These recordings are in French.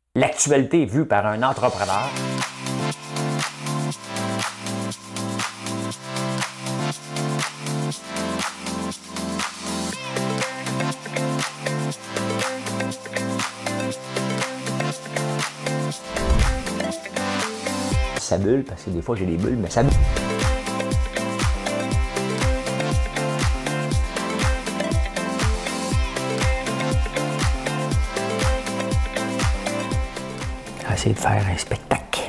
l'actualité vue par un entrepreneur. Ça bulle, parce que des fois j'ai des bulles, mais ça bulle. Essayer de faire un spectacle.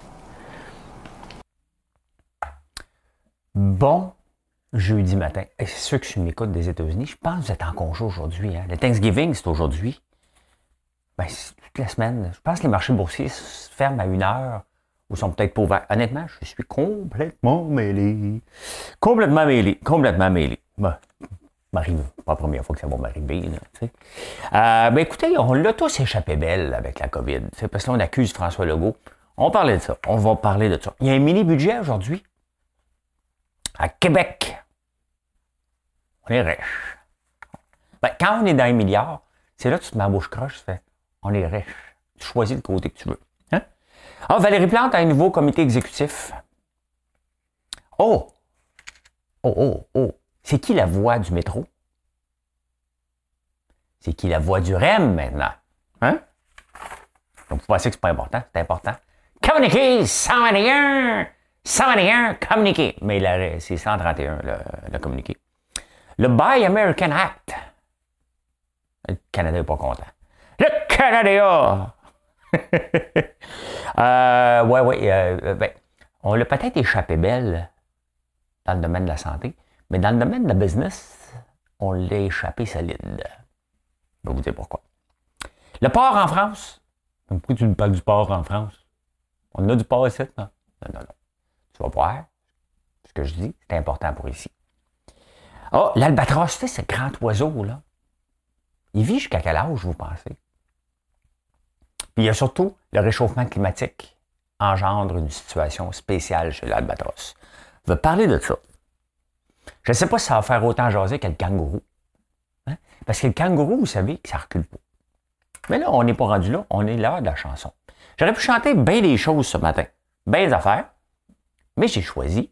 Bon jeudi matin. Et c'est sûr que je m'écoute des États-Unis. Je pense que vous êtes en congé aujourd'hui. Hein? Le Thanksgiving, c'est aujourd'hui. Ben, c'est toute la semaine. Je pense que les marchés boursiers se ferment à 1h ou sont peut-être pas ouverts. Honnêtement, je suis complètement mêlé. Complètement mêlé. Ben, m'arrive pas la première fois que ça va m'arriver. Ben écoutez, on l'a tous échappé belle avec la COVID. Parce que là, on accuse François Legault. On parlait de ça. On va parler de ça. Il y a un mini-budget aujourd'hui. À Québec. On est riche. Ben, quand on est dans les milliards, c'est là que tu te mets à bouche croche, tu fais on est riche. Tu choisis le côté que tu veux. Hein? Ah, Valérie Plante a un nouveau comité exécutif. Oh! C'est qui la voix du métro? C'est qui la voix du REM maintenant? Hein? Donc, vous pensez que c'est pas important? C'est important. Communiquer 121! 121, communiquer. Mais c'est 131, le communiqué. Le Buy American Act. Le Canada n'est pas content. Le Canada! Ben, on l'a peut-être échappé belle dans le domaine de la santé, mais dans le domaine de la business, on l'a échappé solide. Je vais vous dire pourquoi. Le port en France. Pourquoi tu me parles du port en France? On a du port ici, non? Non. Tu vas voir. Ce que je dis, c'est important pour ici. Ah, l'albatros, tu sais, ce grand oiseau, là. Il vit jusqu'à quel âge, vous pensez? Puis il y a surtout le réchauffement climatique engendre une situation spéciale chez l'albatros. Je vais parler de ça. Je ne sais pas si ça va faire autant jaser que le kangourou. Hein? Parce que le kangourou, vous savez que ça recule pas. Mais là, on n'est pas rendu là. On est l'heure de la chanson. J'aurais pu chanter bien des choses ce matin. Bien des affaires. Mais j'ai choisi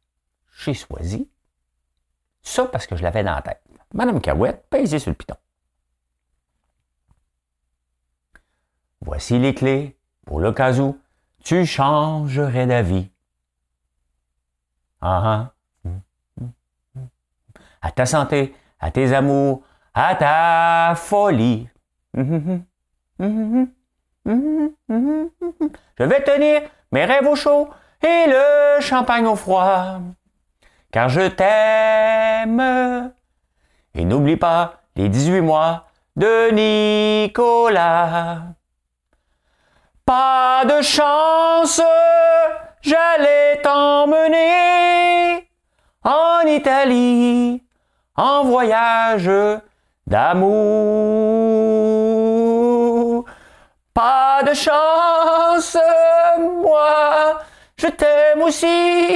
ça parce que je l'avais dans la tête. Madame Cahouette, pèsez sur le piton. Voici les clés pour le cas où tu changerais d'avis. À ta santé, à tes amours, à ta folie. Je vais tenir mes rêves au chaud et le champagne au froid. Car je t'aime. Et n'oublie pas les 18 mois de Nicolas. Pas de chance, j'allais t'emmener en Italie, en voyage d'amour. Pas de chance, moi, je t'aime aussi,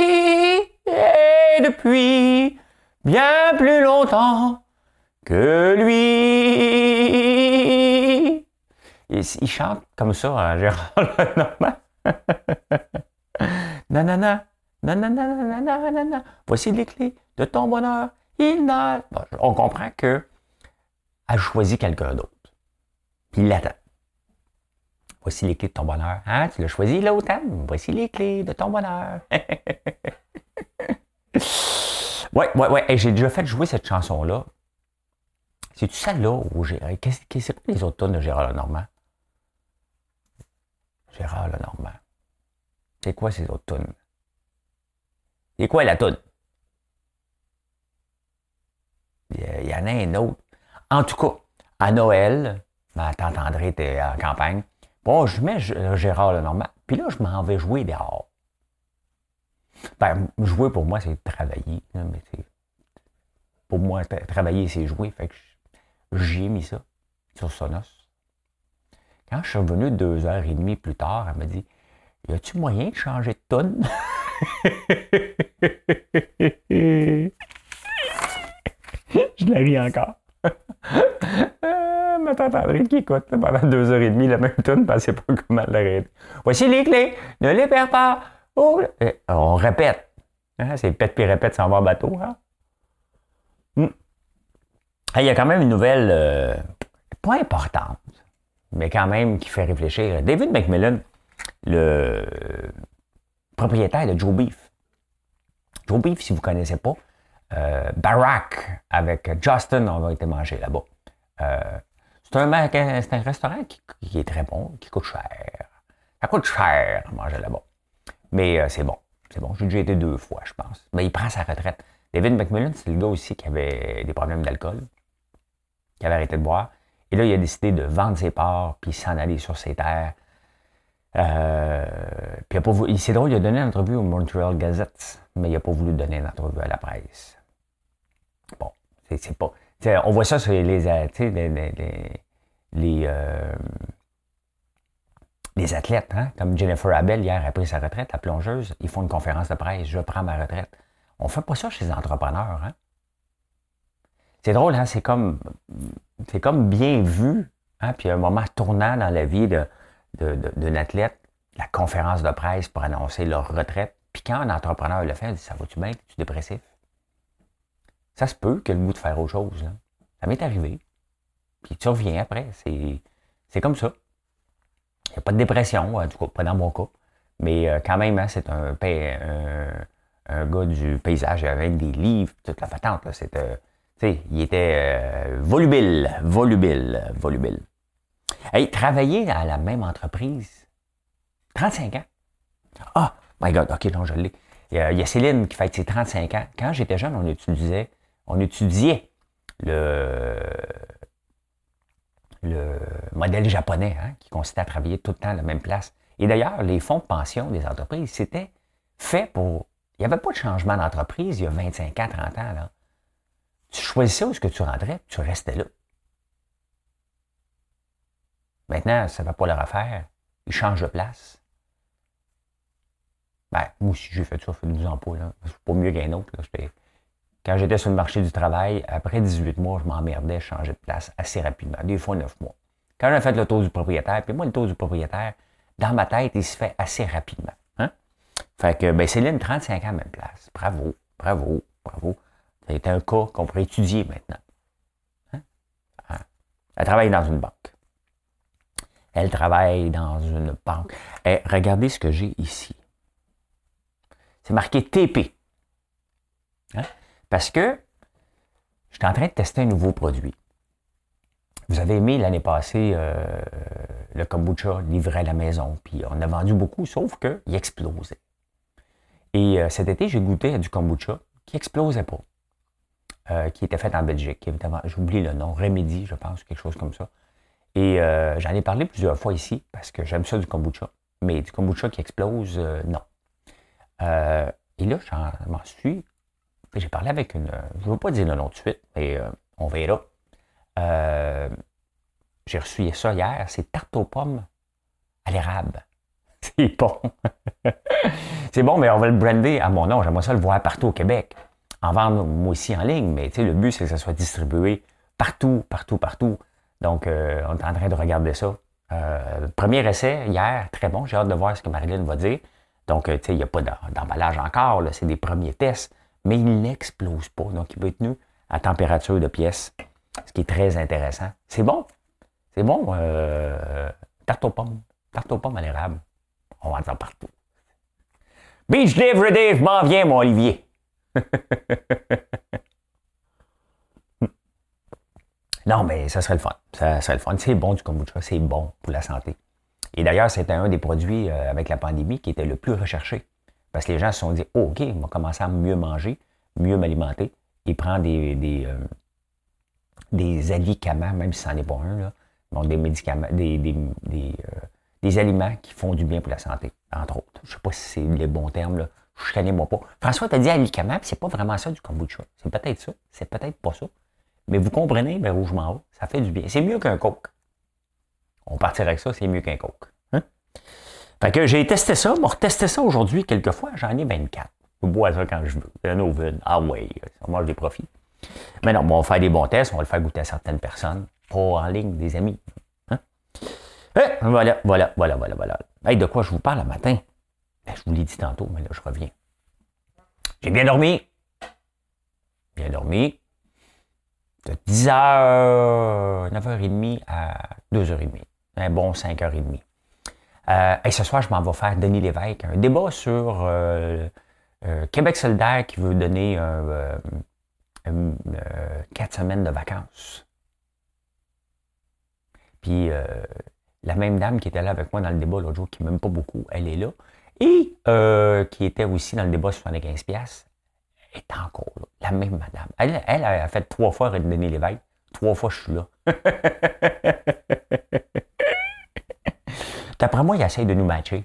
et depuis bien plus longtemps que lui. Il chante comme ça, Gérard Lenormand. Nanana, nanana. Voici les clés de ton bonheur. Bon, on comprend qu'elle choisit quelqu'un d'autre. Puis il l'attend. Voici les clés de ton bonheur. Hein, tu l'as choisi l'automne. Voici les clés de ton bonheur. Ouais. Hey, j'ai déjà fait jouer cette chanson-là. C'est-tu celle-là où c'est quoi les autres tunes de Gérard Lenormand? Gérard Lenormand. C'est quoi ces autres tunes? C'est quoi la tune? Il y en a un autre. En tout cas, à Noël, ma tante André était en campagne. Bon, je mets Gérard Lenormand. Puis là, je m'en vais jouer dehors. Ben, jouer pour moi, c'est travailler. Mais pour moi, travailler, c'est jouer. Fait que j'ai mis ça sur Sonos. Quand je suis revenu 2h30 plus tard, elle m'a dit « Y a-tu moyen de changer de tonne? » Je la ris encore. ma tante André qui écoute là, pendant 2h30 la même tune, parce qu'elle ne sait pas comment l'arrêter. Voici les clés, ne les perds pas. Oh. On répète. Hein, c'est pète puis répète sans avoir bateau. Hein? Il y a quand même une nouvelle, pas importante, mais quand même qui fait réfléchir. David McMillan, le propriétaire de Joe Beef. Joe Beef, si vous ne connaissez pas, Barack avec Justin, on a été manger là-bas. C'est un restaurant qui est très bon, qui coûte cher. Ça coûte cher à manger là-bas. Mais c'est bon. C'est bon. J'ai déjà été 2 fois, je pense. Mais il prend sa retraite. David McMillan, c'est le gars aussi qui avait des problèmes d'alcool, qui avait arrêté de boire. Et là, il a décidé de vendre ses parts puis s'en aller sur ses terres. Puis c'est drôle, il a donné une entrevue au Montreal Gazette, mais il n'a pas voulu donner une entrevue à la presse. Bon, c'est pas... on voit ça sur les athlètes, hein? Comme Jennifer Abel, hier, a pris sa retraite, la plongeuse, ils font une conférence de presse, je prends ma retraite. On ne fait pas ça chez les entrepreneurs. Hein? C'est drôle, hein? C'est comme bien vu, hein? Puis un moment tournant dans la vie d'un athlète, la conférence de presse pour annoncer leur retraite. Puis quand un entrepreneur le fait, il dit, ça va-tu bien, es-tu dépressif? Ça se peut qu'il ait le goût de faire autre chose. Là. Ça m'est arrivé. Puis tu reviens après. C'est comme ça. Il n'y a pas de dépression, du coup, pas dans mon cas. Mais quand même, hein, c'est un gars du paysage avec des livres, toute la patente. Là, il était volubile. Hey, travailler à la même entreprise, 35 ans. Ah, my God, OK, non, je l'ai. Il y a Céline qui fête ses 35 ans. Quand j'étais jeune, on étudiait le modèle japonais, hein, qui consistait à travailler tout le temps à la même place. Et d'ailleurs, les fonds de pension des entreprises, c'était fait pour... Il n'y avait pas de changement d'entreprise il y a 25 ans, 30 ans. Là. Tu choisissais où est-ce que tu rentrais, puis tu restais là. Maintenant, ça ne va pas leur affaire. Ils changent de place. Ben, moi aussi, j'ai fait ça, fait 12 ans pas. Là. C'est pas mieux qu'un autre. Là. Quand j'étais sur le marché du travail, après 18 mois, je m'emmerdais, je changeais de place assez rapidement, des fois 9 mois. Quand j'ai fait le tour du propriétaire, puis moi, le tour du propriétaire, dans ma tête, il se fait assez rapidement. Hein? Fait que, ben, Céline, 35 ans à la même place. Bravo. Ça a été un cas qu'on pourrait étudier maintenant. Hein? Elle travaille dans une banque. Et regardez ce que j'ai ici. C'est marqué TP. Hein? Parce que je suis en train de tester un nouveau produit. Vous avez aimé l'année passée le kombucha livré à la maison, puis on a vendu beaucoup, sauf qu'il explosait. Et cet été, j'ai goûté à du kombucha qui explosait pas, qui était fait en Belgique. J'oublie le nom, Remedy, je pense, quelque chose comme ça. Et j'en ai parlé plusieurs fois ici, parce que j'aime ça du kombucha, mais du kombucha qui explose, non. Et là, je m'en suis... J'ai parlé avec une... Je ne veux pas dire le nom tout de suite, mais on verra. J'ai reçu ça hier. C'est tarte aux pommes à l'érable. C'est bon. C'est bon, mais on va le brander à mon nom. J'aimerais ça le voir partout au Québec. En vendre, moi aussi, en ligne. Mais le but, c'est que ça soit distribué partout. Donc, on est en train de regarder ça. Premier essai, hier, très bon. J'ai hâte de voir ce que Marilyn va dire. Donc, il n'y a pas d'emballage encore. Là, c'est des premiers tests. Mais il n'explose pas. Donc, il peut être tenu à température de pièce, ce qui est très intéressant. C'est bon. C'est bon. Tarte aux pommes à l'érable. On va en faire partout. Beach Day every day, je m'en viens, mon Olivier. Non, mais ça serait le fun. Ça serait le fun. C'est bon du kombucha. C'est bon pour la santé. Et d'ailleurs, c'était un des produits avec la pandémie qui était le plus recherché. Parce que les gens se sont dit, oh, OK, on va commencer à mieux manger, mieux m'alimenter et prendre des alicaments, même si ce n'en est pas un, là, bon, des médicaments, des aliments qui font du bien pour la santé, entre autres. Je ne sais pas si c'est les bons termes, là. Je ne connais moi pas. François t'a dit alicaments, puis c'est pas vraiment ça du kombucha. C'est peut-être ça, c'est peut-être pas ça. Mais vous comprenez vers où je m'en vais, ça fait du bien. C'est mieux qu'un Coke. On partirait avec ça, c'est mieux qu'un Coke. Hein? Fait que j'ai testé ça, on va retester ça aujourd'hui quelques fois, j'en ai 24. Je bois ça quand je veux. Un oven. Ah ouais, ça mange des profits. Mais non, on va faire des bons tests, on va le faire goûter à certaines personnes. pas en ligne, des amis. Hein? Voilà. Hey, de quoi je vous parle le matin? Ben, je vous l'ai dit tantôt, mais là, je reviens. J'ai bien dormi. Bien dormi. De 10h, 9h30 à 2h30. Un bon 5h30. Et ce soir, je m'en vais faire Denis Lévesque, un débat sur Québec solidaire qui veut donner 4 semaines de vacances. Puis la même dame qui était là avec moi dans le débat l'autre jour, qui ne m'aime pas beaucoup, elle est là. Et qui était aussi dans le débat sur 75$, est encore là. La même madame. Elle a fait 3 fois Denis Lévesque. 3 fois, je suis là. D'après moi, il essaie de nous matcher.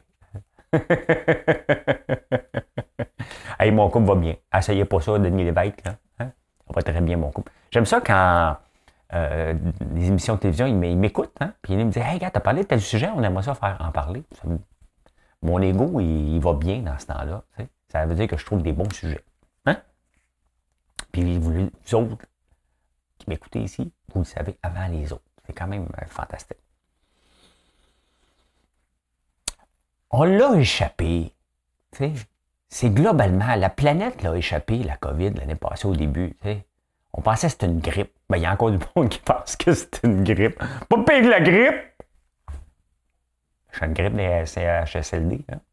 Hey, mon couple va bien. Essayez pas ça, Denis Lévesque. Là. Hein? Ça va très bien, mon couple. J'aime ça quand les émissions de télévision, ils m'écoutent. Hein? Puis ils me disent, hey, gars, t'as parlé de tel sujet, on aimerait ça faire en parler. Mon ego, il va bien dans ce temps-là. Tu sais? Ça veut dire que je trouve des bons sujets. Hein? Puis vous autres qui m'écoutez ici, vous le savez avant les autres. C'est quand même fantastique. On l'a échappé. Tu sais? C'est globalement, la planète l'a échappé, la COVID, l'année passée au début. Tu sais? On pensait que c'était une grippe. Ben, il y a encore du monde qui pense que c'est une grippe. Pas pire que la grippe! C'est une grippe des CHSLD. Hein?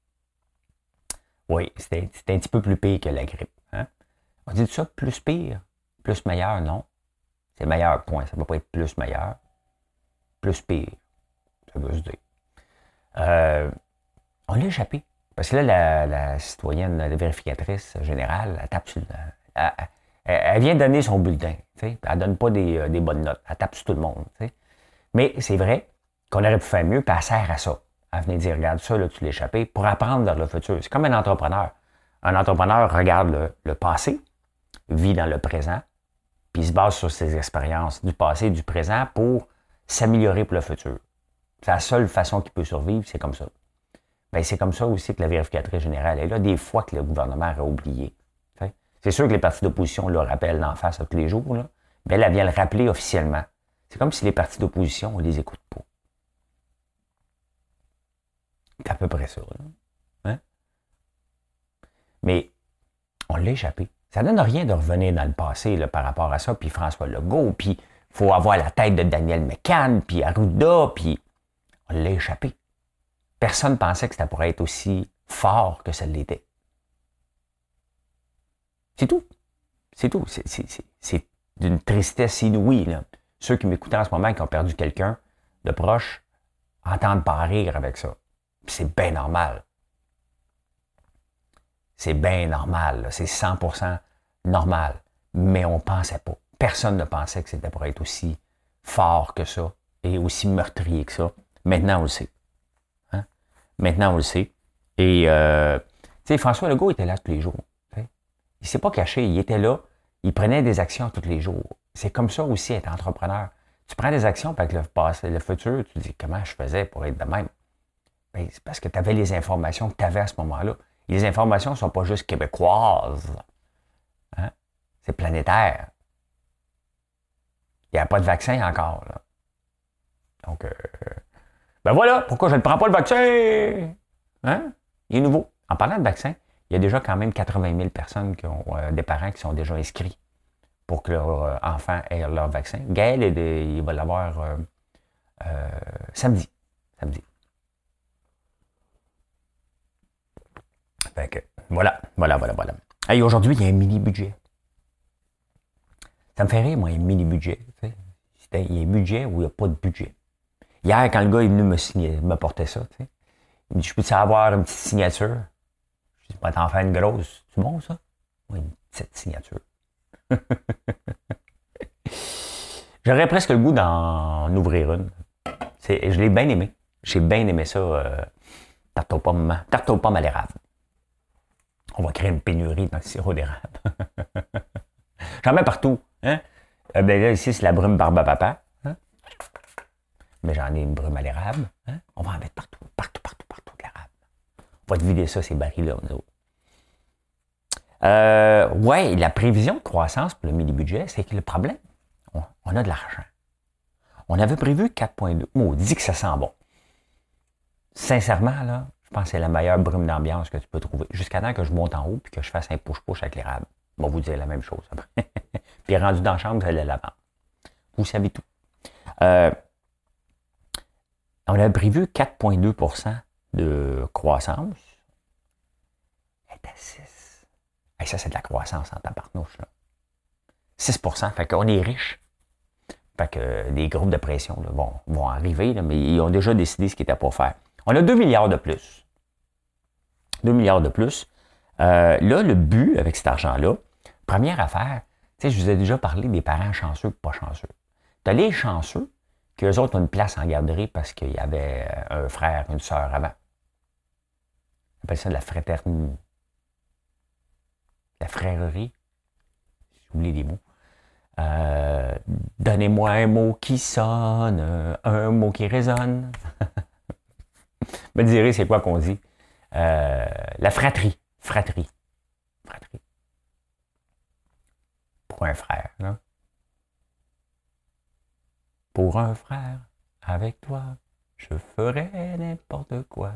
Oui, c'était un petit peu plus pire que la grippe. Hein? On dit ça, plus pire, plus meilleur, non. C'est meilleur, point. Ça ne peut pas être plus meilleur. Plus pire. Ça veut se dire. On l'a échappé. Parce que là, la citoyenne, la vérificatrice générale, elle tape sur elle vient donner son bulletin. T'sais. Elle ne donne pas des bonnes notes. Elle tape sur tout le monde. T'sais. Mais c'est vrai qu'on aurait pu faire mieux, puis elle sert à ça. Elle venait dire, regarde ça, là, tu l'as échappé, pour apprendre vers le futur. C'est comme un entrepreneur. Un entrepreneur regarde le passé, vit dans le présent, puis il se base sur ses expériences du passé et du présent pour s'améliorer pour le futur. C'est la seule façon qu'il peut survivre, c'est comme ça. Bien, c'est comme ça aussi que la vérificatrice générale est là, des fois que le gouvernement aurait oublié. T'sais. C'est sûr que les partis d'opposition le rappellent d'en face tous les jours, là, mais elle vient le rappeler officiellement. C'est comme si les partis d'opposition, on ne les écoute pas. C'est à peu près ça. Là. Hein? Mais on l'a échappé. Ça ne donne rien de revenir dans le passé là, par rapport à ça, puis François Legault, puis il faut avoir la tête de Daniel McCann, puis Arruda, puis on l'a échappé. Personne ne pensait que ça pourrait être aussi fort que ça l'était. C'est tout. C'est tout. C'est d'une tristesse inouïe. Là. Ceux qui m'écoutent en ce moment, qui ont perdu quelqu'un de proche, entendent pas rire avec ça. Puis c'est bien normal. C'est bien normal. Là. C'est 100% normal. Mais on ne pensait pas. Personne ne pensait que c'était pour être aussi fort que ça et aussi meurtrier que ça. Maintenant, on le sait. Hein? Maintenant, on le sait. Et, tu sais, François Legault était là tous les jours. T'sais. Il ne s'est pas caché. Il était là. Il prenait des actions tous les jours. C'est comme ça aussi, être entrepreneur. Tu prends des actions, puis avec le passé, le futur, tu te dis comment je faisais pour être de même. Ben, c'est parce que tu avais les informations que tu avais à ce moment-là. Et les informations ne sont pas juste québécoises. Hein? C'est planétaire. Il n'y a pas de vaccin encore. Là. Donc, ben voilà, pourquoi je ne prends pas le vaccin? Hein? Il est nouveau. En parlant de vaccin, il y a déjà quand même 80 000 personnes qui ont des parents qui sont déjà inscrits pour que leur enfant ait leur vaccin. Gaël, il va l'avoir samedi. Samedi. Fait que, voilà. Hey, aujourd'hui, il y a un mini-budget. Ça me fait rire, moi, un mini-budget. Il y a un budget ou il n'y a pas de budget. Hier, quand le gars est venu me porter ça, il me dit, je peux-tu avoir une petite signature? Je dis, pas t'en faire une grosse. C'est bon, ça? Oui, une petite signature. J'aurais presque le goût d'en ouvrir une. Je l'ai bien aimé. J'ai bien aimé ça, tarte aux pommes à l'érable. On va créer une pénurie dans le sirop d'érable. J'en mets partout. Hein? Ben là, ici, c'est la brume barbe à papa. Hein? Mais j'en ai une brume à l'érable. Hein? On va en mettre partout de l'érable. On va te vider ça, ces barils-là, nous autres. Ouais, la prévision de croissance pour le mini-budget, c'est que le problème, on a de l'argent. On avait prévu 4,2. Maudit que ça sent bon. Sincèrement, là, je pense que c'est la meilleure brume d'ambiance que tu peux trouver. Jusqu'à temps que je monte en haut et que je fasse un push-push avec l'érable. On va vous dire la même chose après. Puis rendu dans la chambre, vous allez la vendre. Vous savez tout. On avait prévu 4,2% de croissance. Elle est à 6. Et ça, c'est de la croissance en tabarnouche, là. 6%. Fait qu'on est riche. Fait que des groupes de pression là, vont arriver, là, mais ils ont déjà décidé ce qu'ils étaient pour faire. On a 2 milliards de plus. 2 milliards de plus. Là, le but avec cet argent-là, première affaire, tu sais, je vous ai déjà parlé des parents chanceux et pas chanceux. Tu as les chanceux, qu'eux autres ont une place en garderie parce qu'il y avait un frère, une sœur avant. On appelle ça de la fraternité. La frèrerie. J'oublie les mots. Donnez-moi un mot qui sonne, un mot qui résonne. Me direz, c'est quoi qu'on dit? La fratrie. Fratrie. Fratrie. Pour un frère, là. Pour un frère, avec toi, je ferai n'importe quoi.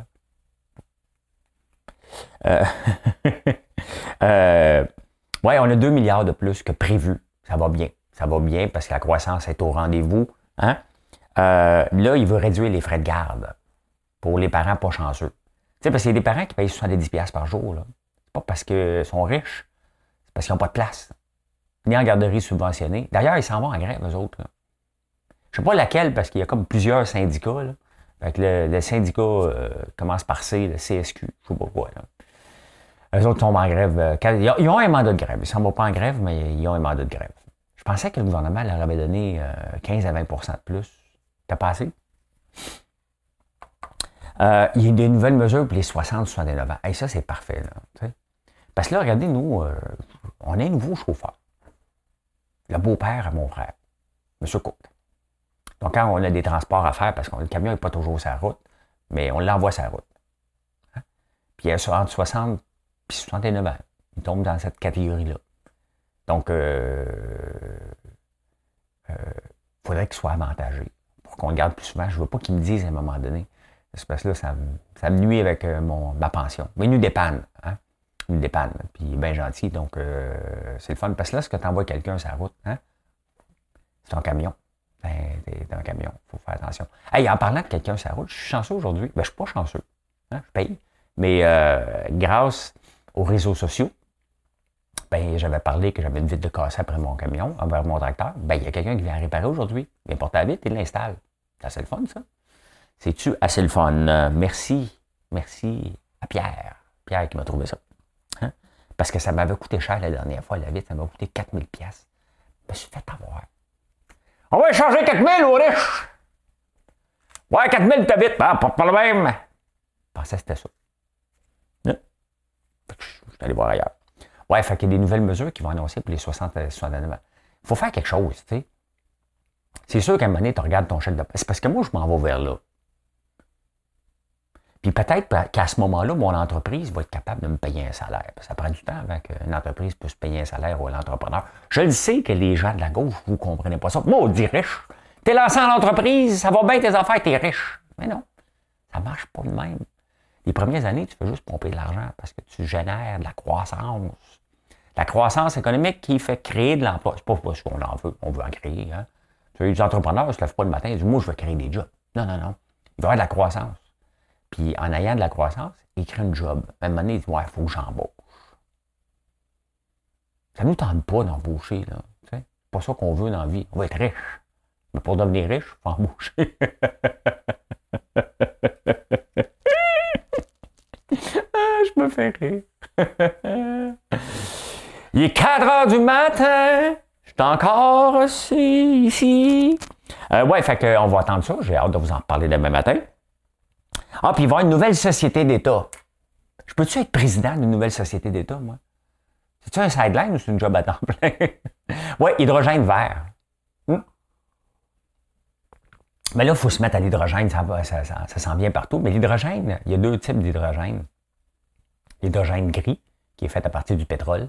Ouais, on a 2 milliards de plus que prévu. Ça va bien. Ça va bien parce que la croissance est au rendez-vous. Hein? Là, il veut réduire les frais de garde pour les parents pas chanceux. Tu sais, parce qu'il y a des parents qui payent 70$ par jour. Là. C'est pas parce qu'ils sont riches, c'est parce qu'ils n'ont pas de place. Ni en garderie subventionnée. D'ailleurs, ils s'en vont en grève, eux autres. Là. Je ne sais pas laquelle, parce qu'il y a comme plusieurs syndicats. Là. Fait que le syndicat commence par C, le CSQ, je ne sais pas quoi. Là. Eux autres tombent en grève. Ils ont un mandat de grève. Ils ne s'en vont pas en grève, mais ils ont un mandat de grève. Je pensais que le gouvernement leur avait donné 15 à 20% de plus. T'as pas assez? Il y a des nouvelles mesures pour les 60-69 ans. Et ça, c'est parfait. Là, t'sais. Parce que là, regardez, nous, on a un nouveau chauffeur. Le beau-père à mon frère, M. Côte. Donc, quand on a des transports à faire, parce que le camion n'est pas toujours sur la route, mais on l'envoie sur la route. Hein? Puis il y a entre 60 et 69 ans. Il tombe dans cette catégorie-là. Donc, faudrait qu'il soit avantagé pour qu'on le garde plus souvent. Je ne veux pas qu'il me dise à un moment donné. Parce que là, ça me nuit avec ma pension. Mais il nous dépanne. Hein? Il nous dépanne. Puis il est bien gentil. Donc, c'est le fun. Parce que là, ce que tu envoies quelqu'un sur la route, hein? C'est un camion. Ben, t'es un camion. Il faut faire attention. Hey, en parlant de quelqu'un sur la route, je suis chanceux aujourd'hui. Ben, je ne suis pas chanceux. Hein? Je paye. Mais grâce aux réseaux sociaux, ben, j'avais parlé que j'avais une vitre de cassée après mon camion, envers mon tracteur. Ben, il y a quelqu'un qui vient réparer aujourd'hui. Il vient porter la vitre et l'installe. C'est assez le fun, ça. C'est-tu assez le fun? Merci. Merci à Pierre. Pierre qui m'a trouvé ça. Hein? Parce que ça m'avait coûté cher la dernière fois, la vitre. Ça m'a coûté 4000$. Je me suis fait avoir. On va échanger 4000 aux riches. Ouais, 4000 ta vitre. Ah, pas de problème. Je pensais que c'était ça. Hein? Je suis allé voir ailleurs. Ouais, fait qu'il y a des nouvelles mesures qui vont annoncer pour les 60-69 ans. Il faut faire quelque chose, tu sais. C'est sûr qu'à un moment donné, tu regardes ton chèque de... C'est parce que moi, je m'en vais vers là. Puis peut-être qu'à ce moment-là, mon entreprise va être capable de me payer un salaire. Ça prend du temps avant qu'une entreprise puisse payer un salaire ou l'entrepreneur. Je le sais que les gens de la gauche, vous ne comprenez pas ça. Moi, on dit riche. T'es lancé en entreprise, ça va bien tes affaires, t'es riche. Mais non, ça ne marche pas de même. Les premières années, tu fais juste pomper de l'argent parce que tu génères de la croissance. La croissance économique qui fait créer de l'emploi. C'est pas parce qu'on en veut, on veut en créer. Hein? Tu sais, les entrepreneurs ne se lèvent pas le matin et disent « Moi, je veux créer des jobs. » Non, non, non. Il va y avoir de la croissance. Puis en ayant de la croissance, il crée un job. À un moment donné, il dit « Ouais, il faut que j'embauche. » Ça ne nous tente pas d'embaucher. Là. C'est pas ça qu'on veut dans la vie. On va être riche. Mais pour devenir riche, il faut embaucher. Je me fais rire. Il est 4 heures du matin. Je suis encore ici. Ouais, fait qu'on va attendre ça. J'ai hâte de vous en reparler demain matin. Ah, puis il va y avoir une nouvelle société d'État. Je peux-tu être président d'une nouvelle société d'État, moi? C'est-tu un sideline ou c'est une job à temps plein? Ouais, hydrogène vert. Mais là, il faut se mettre à l'hydrogène, ça s'en vient partout. Mais l'hydrogène, il y a 2 types d'hydrogène. L'hydrogène gris, qui est fait à partir du pétrole,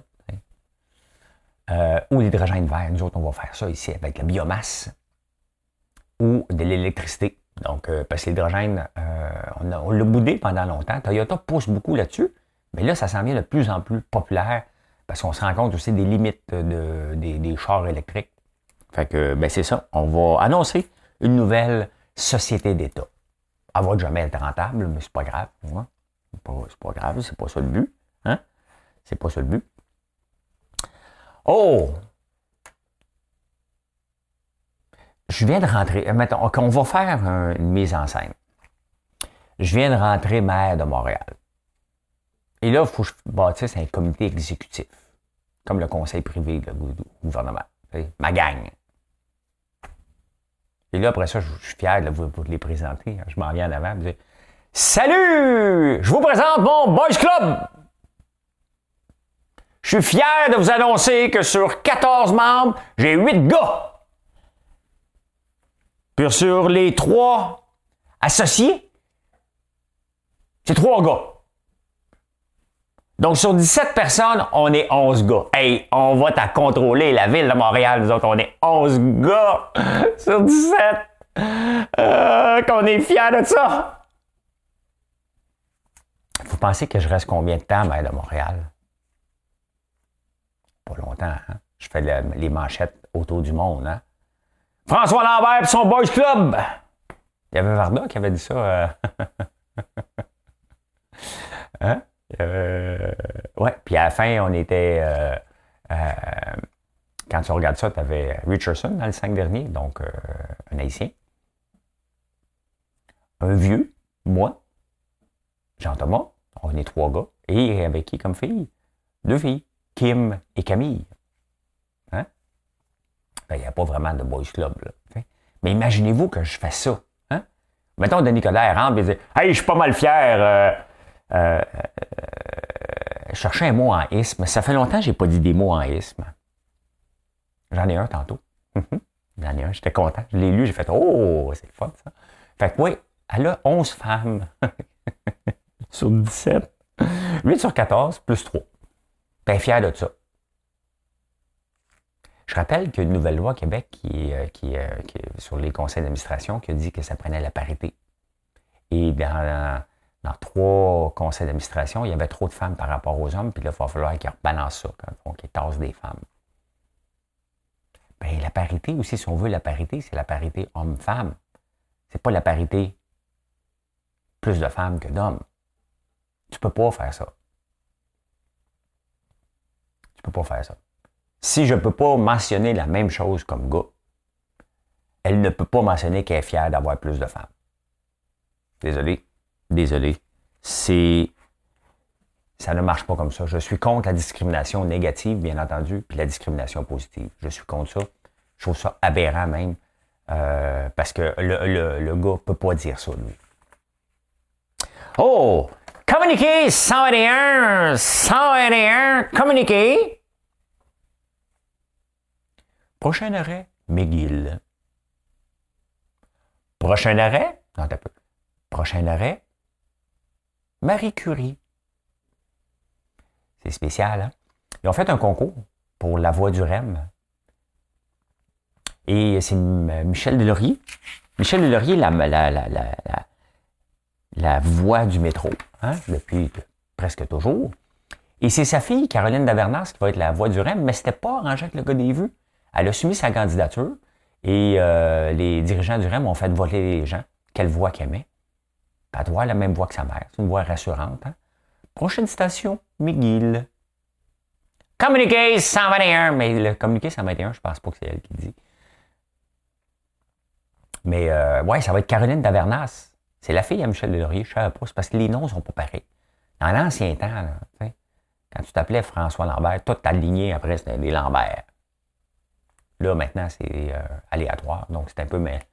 ou l'hydrogène vert. Nous autres, on va faire ça ici avec la biomasse ou de l'électricité. Donc, parce que l'hydrogène, on l'a boudé pendant longtemps. Toyota pousse beaucoup là-dessus, mais là, ça s'en vient de plus en plus populaire parce qu'on se rend compte aussi des limites des chars électriques. Fait que, ben c'est ça. On va annoncer une nouvelle société d'État. Elle va jamais être rentable, mais c'est pas grave. Hein? C'est pas grave, c'est pas ça le but. Hein? C'est pas ça le but. Oh! Je viens de rentrer. Mettons, on va faire une mise en scène. Je viens de rentrer maire de Montréal. Et là, il faut que je bâtisse un comité exécutif, comme le conseil privé du gouvernement. Ma gang. Et là, après ça, je suis fier de vous les présenter. Je m'en viens en avant et je dis salut! Je vous présente mon Boys Club! Je suis fier de vous annoncer que sur 14 membres, j'ai 8 gars. Puis sur les 3 associés, c'est 3 gars. Donc, sur 17 personnes, on est 11 gars. Hey, on va t'à contrôler la ville de Montréal. Nous autres, on est 11 gars sur 17. Qu'on est fiers de ça. Vous pensez que je reste combien de temps, maire de Montréal? Pas longtemps, hein? Je fais les manchettes autour du monde, hein? François Lambert et son Boys Club! Il y avait Varda qui avait dit ça. Hein? Ouais, puis à la fin, on était. Quand tu regardes ça, tu avais Richardson dans le 5 dernier, donc un Haïtien. Un vieux, moi, Jean-Thomas, on est 3 gars. Et avec qui comme fille? 2 filles, Kim et Camille. Hein? Ben, il n'y a pas vraiment de Boys Club, là. T'sais. Mais imaginez-vous que je fais ça. Hein? Mettons, Denis Coderre rentre et dit hey, je suis pas mal fier. Je cherchais un mot en isme. Ça fait longtemps que je n'ai pas dit des mots en isme. J'en ai un tantôt. J'en ai un, j'étais content. Je l'ai lu, j'ai fait oh, c'est le fun ça. Fait que oui, elle a 11 femmes sur 17. 8 sur 14 plus 3. Bien fier de ça. Je rappelle qu'il y a une nouvelle loi à Québec qui est sur les conseils d'administration qui a dit que ça prenait la parité. Et dans 3 conseils d'administration, il y avait trop de femmes par rapport aux hommes, puis là, il va falloir qu'ils rebalancent ça, qu'ils tassent des femmes. Bien, la parité aussi, si on veut la parité, c'est la parité homme-femme. C'est pas la parité plus de femmes que d'hommes. Tu peux pas faire ça. Tu peux pas faire ça. Si je peux pas mentionner la même chose comme gars, elle ne peut pas mentionner qu'elle est fière d'avoir plus de femmes. Désolé. Ça ne marche pas comme ça. Je suis contre la discrimination négative, bien entendu, puis la discrimination positive. Je suis contre ça. Je trouve ça aberrant même, parce que le gars ne peut pas dire ça, lui. Oh! Communiqué 121, communiqué. Prochain arrêt, McGill. Prochain arrêt, non, t'as peu. Prochain arrêt, Marie Curie. C'est spécial, hein? Ils ont fait un concours pour la voix du REM. Et c'est Michel Deslauriers. Michel Deslauriers, la voix du métro, hein, depuis presque toujours. Et c'est sa fille, Caroline Davernas, qui va être la voix du REM, mais c'était pas arrangé avec le gars des vues. Elle a soumis sa candidature et les dirigeants du REM ont fait voter les gens. Quelle voix qu'elle aimait. Elle doit avoir la même voix que sa mère. C'est une voix rassurante. Hein? Prochaine station, McGill. Communiqué 121. Mais le communiqué 121, je pense pas que c'est elle qui dit. Mais ouais, ça va être Caroline Davernas. C'est la fille à Michel Deslauriers, je ne savais pas. C'est parce que les noms ne sont pas pareils. Dans l'ancien temps, là, quand tu t'appelais François Lambert, toute ta lignée après, c'était des Lambert. Là, maintenant, c'est aléatoire. Donc, c'est un peu... mais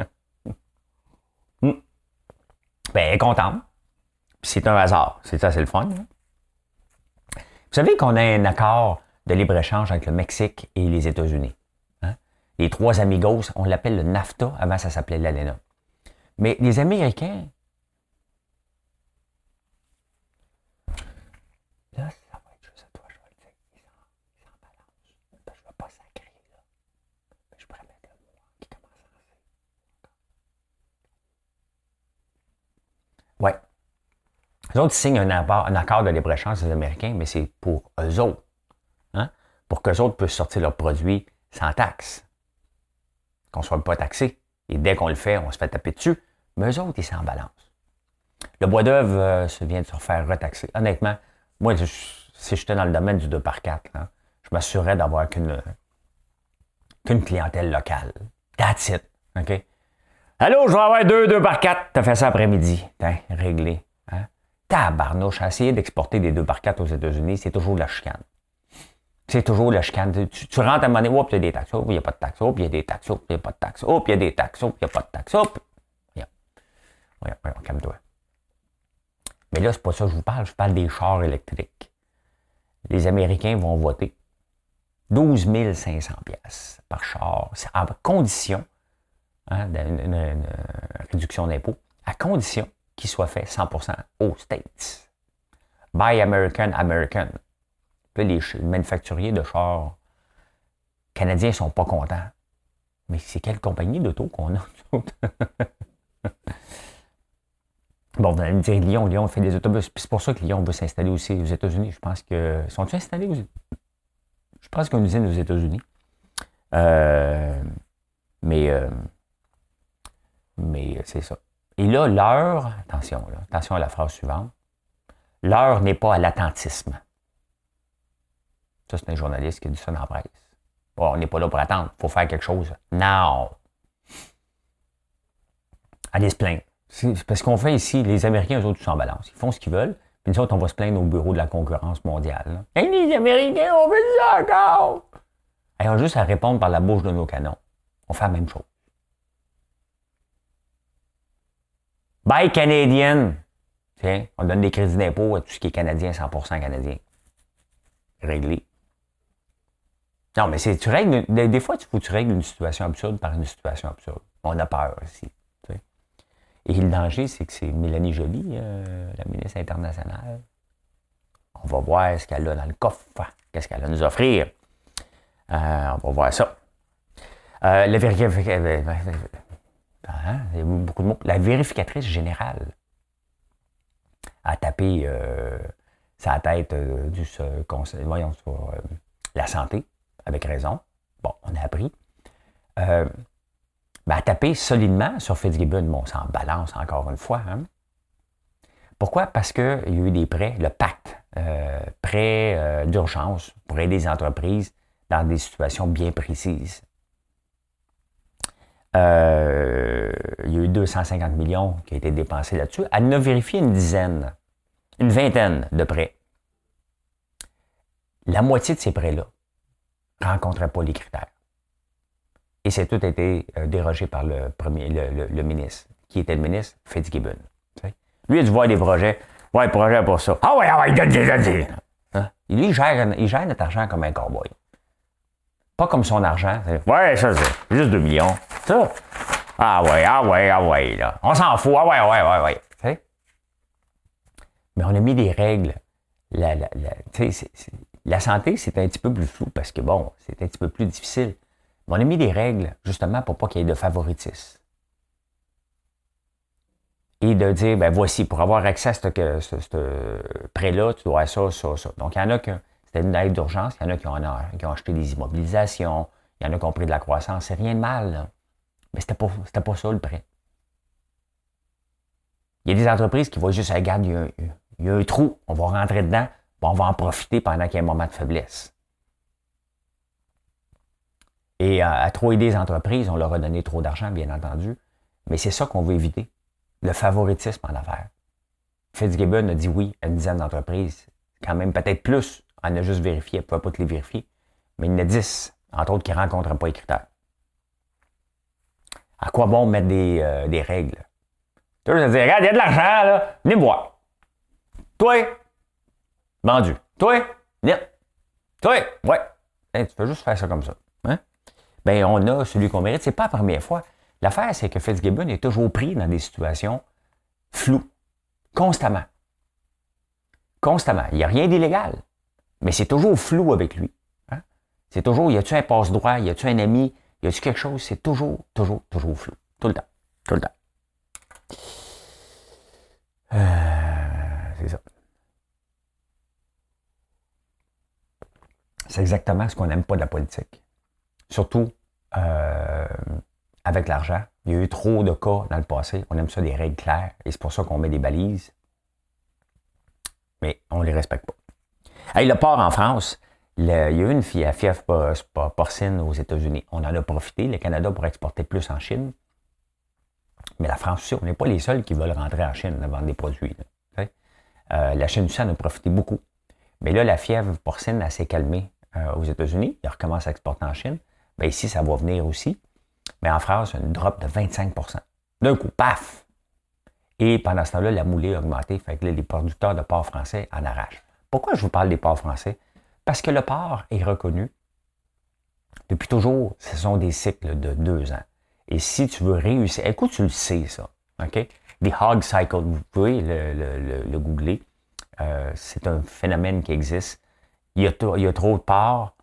ben, elle est contente. Puis c'est un hasard. C'est ça, c'est le fun. Hein? Vous savez qu'on a un accord de libre-échange avec le Mexique et les États-Unis. Hein? Les 3 amigos, on l'appelle le NAFTA. Avant, ça s'appelait l'ALENA. Mais les Américains, là, ça va être juste à toi, je vais le dire. Ils en balancent. Je ne vais pas sacrer, là. Je pourrais mettre le mot qui commence en C. Ouais. Les autres, ils signent un accord de libre-échange des Américains, mais c'est pour eux autres. Hein? Pour qu'eux autres puissent sortir leurs produits sans taxe. Qu'on ne soit pas taxé. Et dès qu'on le fait, on se fait taper dessus. Mais eux autres, ils s'en balancent. Le bois d'œuvre vient de se refaire retaxer. Honnêtement, moi, si j'étais dans le domaine du 2x4, là, je m'assurerais d'avoir qu'une clientèle locale. That's it. OK? Allô, je vais avoir 2x4. T'as fait ça après-midi. Réglé. Hein? Tabarnouche, essayer d'exporter des 2x4 aux États-Unis, c'est toujours de la chicane. C'est toujours la chicane. Tu rentres à un moment donné, il y a des taxes, il n'y a pas de taxes, il y a des taxes, il n'y a pas de taxes, il y a des taxes, il n'y a pas de taxes, calme-toi. Mais là, c'est pas ça que je parle des chars électriques. Les Américains vont voter 12 500 $ par char, c'est en condition d'une réduction d'impôt, à condition qu'il soit fait 100% aux States. Buy American, American. Là, les manufacturiers de chars canadiens ne sont pas contents. Mais c'est quelle compagnie d'auto qu'on a, nous autres? Bon, vous allez me dire, Lyon fait des autobus. Puis c'est pour ça que Lyon veut s'installer aussi aux États-Unis. Je pense que... Sont-ils installés aux États-Unis? Je pense qu'il y a une usine aux États-Unis. Mais c'est ça. Et là, l'heure... Attention à la phrase suivante. L'heure n'est pas à l'attentisme. Ça, c'est un journaliste qui a dit ça dans la presse. Bon, on n'est pas là pour attendre. Il faut faire quelque chose. Now! Allez se plaindre. C'est parce qu'on fait ici, les Américains, eux autres, ils s'en balancent. Ils font ce qu'ils veulent. Puis nous autres, on va se plaindre au bureau de la concurrence mondiale. Hey, les Américains, on fait ça encore! Ils ont juste à répondre par la bouche de nos canons. On fait la même chose. Buy Canadian! Tiens, on donne des crédits d'impôt à tout ce qui est canadien, 100% canadien. Réglé. Non, mais tu règles. Des fois, tu règles une situation absurde par une situation absurde. On a peur aussi. Tu sais. Et le danger, c'est que c'est Mélanie Joly, la ministre internationale. On va voir ce qu'elle a dans le coffre. Qu'est-ce qu'elle va nous offrir. On va voir ça. Il y a beaucoup de mots. La vérificatrice générale a tapé sa tête du conseil, voyons, sur la santé, avec raison. Bon, on a appris. Elle a tapé solidement sur Fitzgibbon. Bon, on s'en balance encore une fois. Hein? Pourquoi? Parce qu'il y a eu des prêts, le pacte, prêts d'urgence pour aider les entreprises dans des situations bien précises. Il y a eu 250 millions qui ont été dépensés là-dessus. Elle en a vérifié une vingtaine de prêts. La moitié de ces prêts-là ne rencontraient pas les critères. Et c'est tout été dérogé par le ministre. Qui était le ministre? Fitzgibbon. T'sais? Lui, il a dû voir des projets. Ouais, projet pour ça. Ah ouais, donne. Hein? Lui, il gère notre argent comme un cowboy. Pas comme son argent. Ouais, ça, c'est juste 2 millions. Ça. Ah ouais, là. On s'en fout. Ah ouais. T'sais? Mais on a mis des règles. La santé, c'est un petit peu plus flou parce que, bon, c'est un petit peu plus difficile. Mais on a mis des règles, justement, pour pas qu'il y ait de favoritisme. Et de dire, ben voici, pour avoir accès à ce prêt-là, tu dois ça. Donc, il y en a qui... C'était une aide d'urgence. Il y en a qui ont acheté des immobilisations. Il y en a qui ont pris de la croissance. C'est rien de mal, là. Mais c'était pas ça, le prêt. Il y a des entreprises qui voient juste, regarde, il y a un trou, on va rentrer dedans, puis on va en profiter pendant qu'il y a un moment de faiblesse. Et à trop aider les entreprises, on leur a donné trop d'argent, bien entendu. Mais c'est ça qu'on veut éviter. Le favoritisme en affaires. Fitzgibbon a dit oui à une dizaine d'entreprises. Quand même peut-être plus. Elle a juste vérifié. Elle ne pouvait pas te les vérifier. Mais il y en a 10, entre autres, qui ne rencontrent pas les critères. À quoi bon mettre des règles? Tu veux dire, regarde, il y a de l'argent, là. Venez me voir. Toi, vendu. Toi, net. Toi, ouais. Hey, tu peux juste faire ça comme ça. Hein? Ben, on a celui qu'on mérite. C'est pas la première fois. L'affaire, c'est que Fitzgibbon est toujours pris dans des situations floues. Constamment. Il n'y a rien d'illégal. Mais c'est toujours flou avec lui. Hein? C'est toujours, y a-tu un passe-droit? Y a-tu un ami? Y a-tu quelque chose? C'est toujours flou. Tout le temps. c'est exactement ce qu'on n'aime pas de la politique. Surtout avec l'argent. Il y a eu trop de cas dans le passé. On aime ça des règles claires et c'est pour ça qu'on met des balises. Mais on ne les respecte pas. Hey, le porc en France, il y a eu une fièvre porcine aux États-Unis. On en a profité. Le Canada pourrait exporter plus en Chine. Mais la France aussi, on n'est pas les seuls qui veulent rentrer en Chine vendre des produits. La Chine aussi en a profité beaucoup. Mais là, la fièvre porcine, elle s'est calmée aux États-Unis. Ils recommencent à exporter en Chine. Bien, ici, ça va venir aussi. Mais en France, une drop de 25 %. D'un coup, paf! Et pendant ce temps-là, la moulée a augmenté. Fait que là, les producteurs de porc français en arrachent. Pourquoi je vous parle des porcs français? Parce que le porc est reconnu. Depuis toujours, ce sont des cycles de 2 ans. Et si tu veux réussir, écoute, tu le sais, ça. OK? The hog cycle, vous pouvez le googler. C'est un phénomène qui existe. Il y a trop de porcs,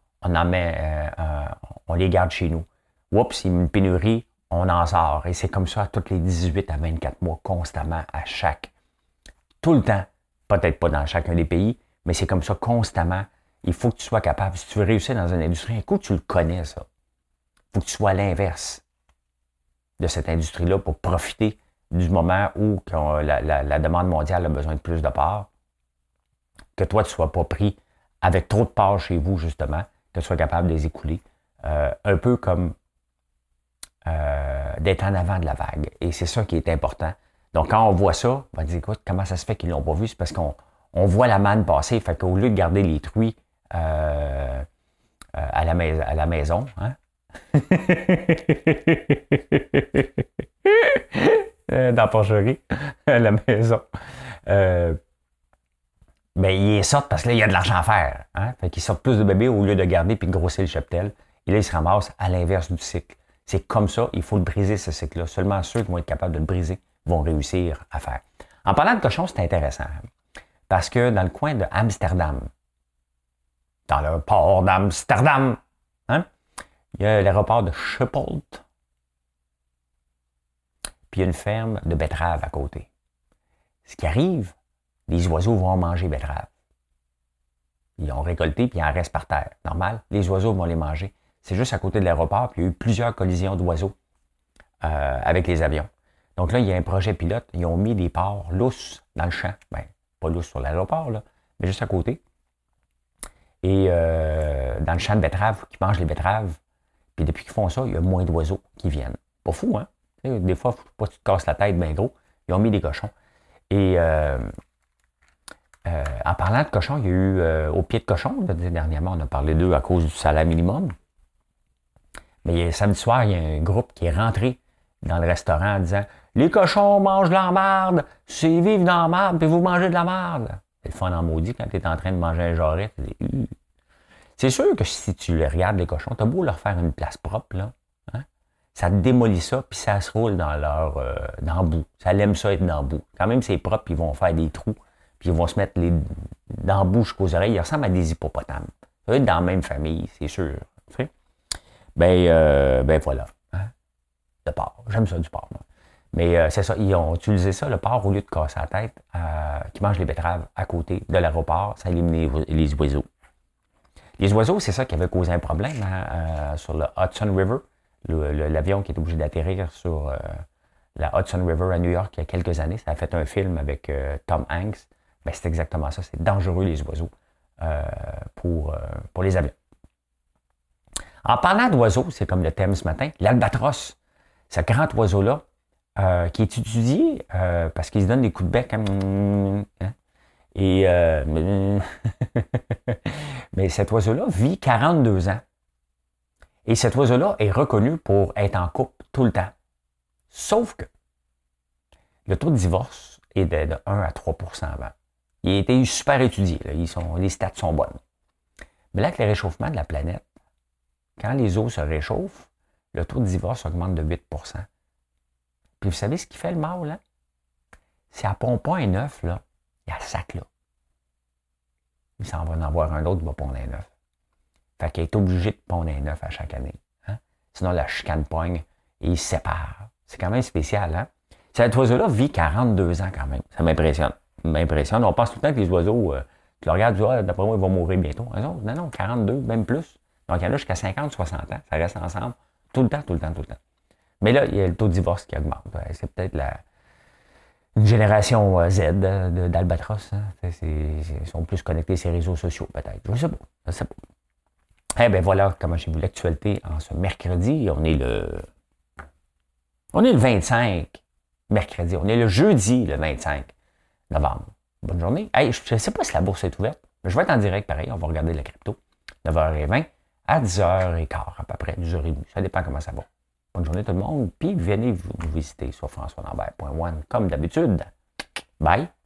on les garde chez nous. Oups, il y a une pénurie, on en sort. Et c'est comme ça tous les 18 à 24 mois, constamment, tout le temps. Peut-être pas dans chacun des pays, mais c'est comme ça constamment. Il faut que tu sois capable. Si tu veux réussir dans une industrie, écoute, tu le connais, ça. Il faut que tu sois à l'inverse de cette industrie-là pour profiter du moment où la demande mondiale a besoin de plus de parts. Que toi, tu ne sois pas pris avec trop de parts chez vous, justement, que tu sois capable de les écouler. Un peu comme d'être en avant de la vague. Et c'est ça qui est important. Donc, quand on voit ça, on va dire, écoute, comment ça se fait qu'ils ne l'ont pas vu? C'est parce qu'on voit la manne passer. Fait qu'au lieu de garder les truies à la maison, hein? Dans la porcherie, à la maison, ben, ils sortent parce que là, il y a de l'argent à faire. Hein? Fait qu'ils sortent plus de bébés au lieu de garder puis de grossir le cheptel. Et là, ils se ramassent à l'inverse du cycle. C'est comme ça, il faut le briser, ce cycle-là. Seulement ceux qui vont être capables de le briser vont réussir à faire. En parlant de cochons, c'est intéressant. Parce que dans le coin de Amsterdam, dans le port d'Amsterdam, hein, il y a l'aéroport de Schiphol. Puis il y a une ferme de betteraves à côté. Ce qui arrive, les oiseaux vont manger betteraves. Ils ont récolté, puis ils en restent par terre. Normal, les oiseaux vont les manger. C'est juste à côté de l'aéroport, puis il y a eu plusieurs collisions d'oiseaux avec les avions. Donc là, il y a un projet pilote. Ils ont mis des porcs lousses dans le champ. Bien, pas lousses sur l'aéroport, là, mais juste à côté. Et dans le champ de betteraves, qui mangent les betteraves. Puis depuis qu'ils font ça, il y a moins d'oiseaux qui viennent. Pas fou, hein? Des fois, il ne faut pas que tu te casses la tête bien gros. Ils ont mis des cochons. Et en parlant de cochons, il y a eu au pied de cochon, dernièrement, on a parlé d'eux à cause du salaire minimum. Mais samedi soir, il y a un groupe qui est rentré dans le restaurant en disant « Les cochons mangent de la merde, c'est vivre dans la merde, puis vous mangez de la merde. » C'est le fun en maudit quand tu es en train de manger un jarret. C'est sûr que si tu les regardes, les cochons, tu as beau leur faire une place propre, là, hein? Ça te démolit ça, puis ça se roule dans le bout. Ça l'aime ça être dans le bout. Quand même, c'est propre, puis ils vont faire des trous, puis ils vont se mettre dans le bout jusqu'aux oreilles. Ils ressemblent à des hippopotames. Ça va être dans la même famille, c'est sûr. Tu sais? Ben voilà. Hein? Le porc. J'aime ça du porc, moi. Mais c'est ça, ils ont utilisé ça, le porc, au lieu de casser la tête, qui mange les betteraves à côté de l'aéroport, ça élimine les oiseaux. Les oiseaux, c'est ça qui avait causé un problème sur le Hudson River. L'avion qui est obligé d'atterrir sur la Hudson River à New York il y a quelques années. Ça a fait un film avec Tom Hanks. Ben, c'est exactement ça. C'est dangereux, les oiseaux, pour les avions. En parlant d'oiseaux, c'est comme le thème ce matin, l'albatros, ce grand oiseau-là, qui est étudié parce qu'il se donne des coups de bec. Hein, et mais cet oiseau-là vit 42 ans. Et cet oiseau-là est reconnu pour être en couple tout le temps. Sauf que le taux de divorce est de 1 à 3 % avant. Il a été super étudié. Là. Les stats sont bonnes. Mais là, avec le réchauffement de la planète, quand les eaux se réchauffent, le taux de divorce augmente de 8 %. Puis vous savez ce qui fait le mâle, hein? C'est à pondre un œuf, là. Il y a sac, là. Il s'en va en avoir un autre qui va pondre un œuf. Fait qu'il est obligé de pondre un œuf à chaque année. Hein? Sinon, la chicane pogne et il se sépare. C'est quand même spécial, hein? Cet oiseau-là vit 42 ans quand même. Ça m'impressionne. On pense tout le temps que les oiseaux Tu le regardes, tu dis, ah, d'après moi, il va mourir bientôt. Non, non, 42, même plus. Donc, il y en a jusqu'à 50, 60 ans. Ça reste ensemble tout le temps, tout le temps, tout le temps. Mais là, il y a le taux de divorce qui augmente. C'est peut-être une génération Z d'Albatros. Hein. Ils sont plus connectés sur les réseaux sociaux, peut-être. Je ne sais pas. Je sais pas. Eh bien, voilà comment j'ai vu l'actualité en ce mercredi. On est le 25 mercredi. On est le jeudi, le 25 novembre. Bonne journée. Hey, je ne sais pas si la bourse est ouverte, mais je vais être en direct pareil. On va regarder la crypto. 9h20 à 10h15 à peu près, 10h30. Ça dépend comment ça va. Bonne journée tout le monde. Puis venez vous visiter sur françoislambert.one comme d'habitude. Bye.